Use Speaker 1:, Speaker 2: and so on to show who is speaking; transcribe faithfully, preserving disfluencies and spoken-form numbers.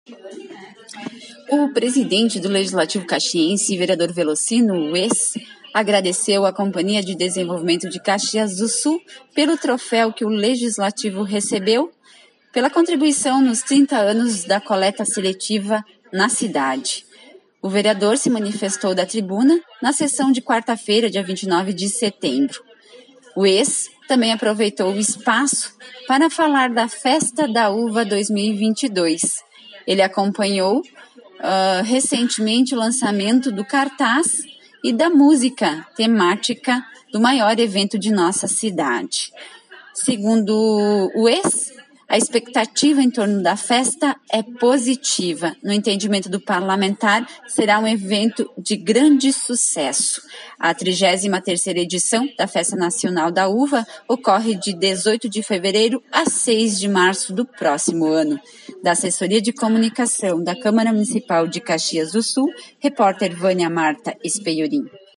Speaker 1: O presidente do Legislativo caxiense, vereador Velocino Wes, agradeceu à Companhia de Desenvolvimento de Caxias do Sul pelo troféu que o Legislativo recebeu pela contribuição nos trinta anos da coleta seletiva na cidade. O vereador se manifestou da tribuna na sessão de quarta-feira, dia vinte e nove de setembro. O ex também aproveitou o espaço para falar da Festa da Uva dois mil e vinte e dois. Ele acompanhou uh, recentemente o lançamento do cartaz e da música temática do maior evento de nossa cidade. Segundo o ex, a expectativa em torno da festa é positiva. No entendimento do parlamentar, será um evento de grande sucesso. A trigésima terceira edição da Festa Nacional da Uva ocorre de dezoito de fevereiro a seis de março do próximo ano. Da Assessoria de Comunicação da Câmara Municipal de Caxias do Sul, repórter Vânia Marta Espeiorim.